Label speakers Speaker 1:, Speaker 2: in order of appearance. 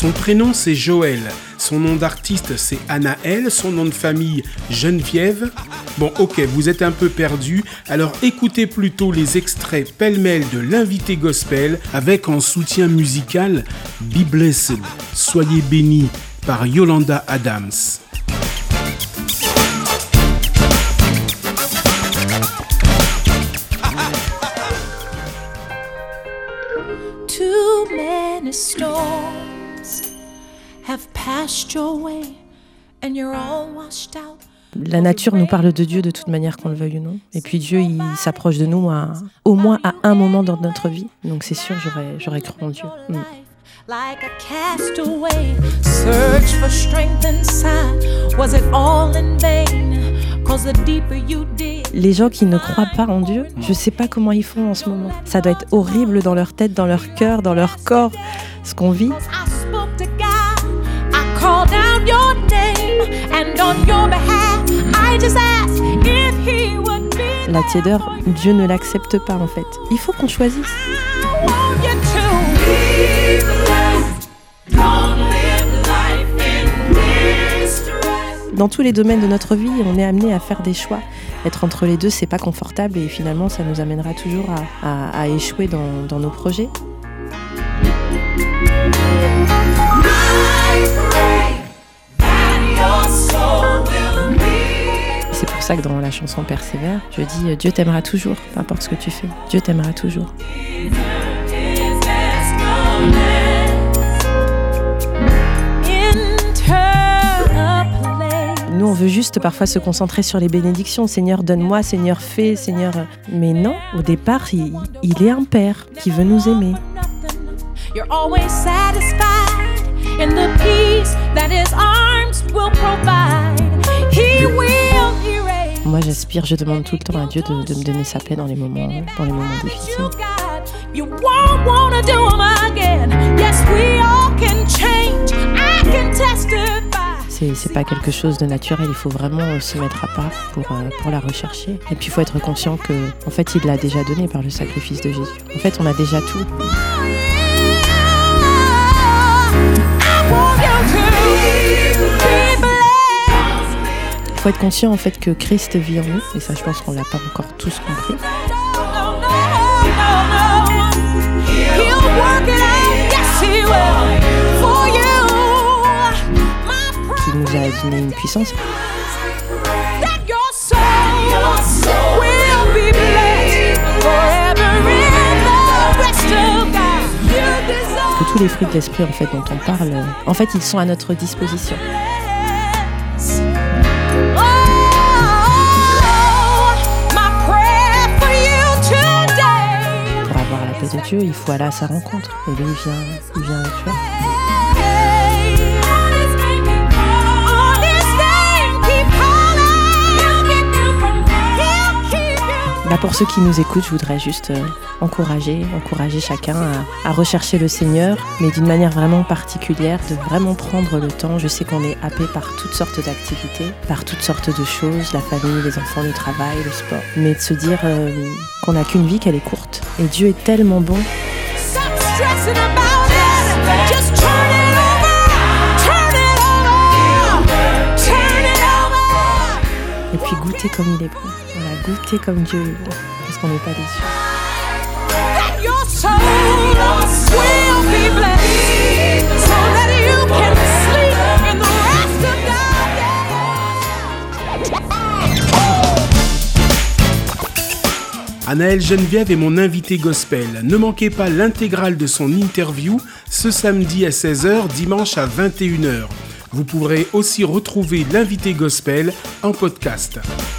Speaker 1: Son prénom c'est Joël, son nom d'artiste c'est Anaël, son nom de famille Geneviève. Bon ok, vous êtes un peu perdu, alors écoutez plutôt les extraits pêle-mêle de l'invité gospel avec en soutien musical Be Blessed, soyez bénis par Yolanda Adams.
Speaker 2: Too many storms have passed your way and you're all washed out.
Speaker 3: La nature nous parle de Dieu de toute manière, qu'on le veuille ou non. Et puis Dieu, il s'approche de nous au moins à un moment dans notre vie. Donc c'est sûr, j'aurais cru en Dieu.
Speaker 2: Like a castaway, search for strength inside. Was it all in vain? 'Cause the deeper you dig.
Speaker 3: Les gens qui ne croient pas en Dieu, je sais pas comment ils font en ce moment. Ça doit être horrible dans leur tête, dans leur cœur, dans leur corps, ce qu'on vit.
Speaker 2: I spoke to God, I called out your name, and on your behalf, I just asked if he would be.
Speaker 3: La tiédeur, Dieu ne l'accepte pas en fait. Il faut qu'on choisisse.
Speaker 2: I want you to be blessed. Don't live life in distress.
Speaker 3: Dans tous les domaines de notre vie, on est amené à faire des choix. Être entre les deux, c'est pas confortable et finalement, ça nous amènera toujours à échouer dans nos projets. C'est pour ça que dans la chanson Persévère, je dis Dieu t'aimera toujours, peu importe ce que tu fais. Dieu t'aimera toujours. Nous, on veut juste parfois se concentrer sur les bénédictions. Seigneur, donne-moi, Seigneur, fais, Seigneur. Mais non, au départ, il est un Père qui veut nous aimer. Moi, j'aspire, je demande tout le temps à Dieu de me donner sa paix dans les moments difficiles. C'est pas quelque chose de naturel, il faut vraiment se mettre à part pour la rechercher. Et puis il faut être conscient que, en fait, il l'a déjà donné par le sacrifice de Jésus. En fait, on a déjà tout. Il faut être conscient en fait que Christ vit en nous, et ça, je pense qu'on l'a pas encore tous compris. Qui nous a donné une puissance. Que tous les fruits de l'esprit en fait dont on parle, en fait, ils sont à notre disposition. Pour avoir la paix de Dieu, il faut aller à sa rencontre. Et lui, il vient avec toi. Pour ceux qui nous écoutent, je voudrais juste encourager chacun à rechercher le Seigneur, mais d'une manière vraiment particulière, de vraiment prendre le temps. Je sais qu'on est happé par toutes sortes d'activités, par toutes sortes de choses, la famille, les enfants, le travail, le sport, mais de se dire qu'on n'a qu'une vie, qu'elle est courte. Et Dieu est tellement bon. Et puis goûter comme il est bon. Voilà, goûter comme Dieu est bon. Parce qu'on n'est pas déçus.
Speaker 1: Anaël Geneviève est mon invité gospel. Ne manquez pas l'intégrale de son interview ce samedi à 16h, dimanche à 21h. Vous pourrez aussi retrouver l'invité gospel en podcast.